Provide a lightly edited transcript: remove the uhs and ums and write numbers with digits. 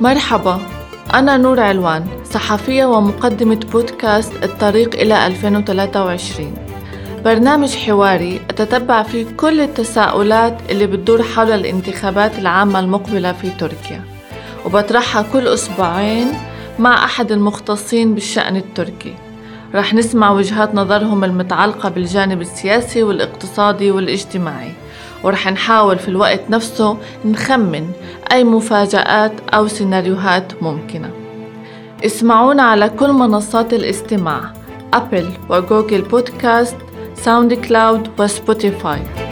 مرحبا، أنا نور علوان، صحفية ومقدمة بودكاست الطريق إلى 2023. برنامج حواري أتتبع فيه كل التساؤلات اللي بتدور حول الانتخابات العامة المقبلة في تركيا، وبطرحها كل أسبوعين مع أحد المختصين بالشأن التركي. رح نسمع وجهات نظرهم المتعلقة بالجانب السياسي والاقتصادي والاجتماعي، ورح نحاول في الوقت نفسه نخمن أي مفاجآت أو سيناريوهات ممكنة. اسمعونا على كل منصات الاستماع: أبل وجوجل بودكاست، ساوند كلاود وسبوتيفاي.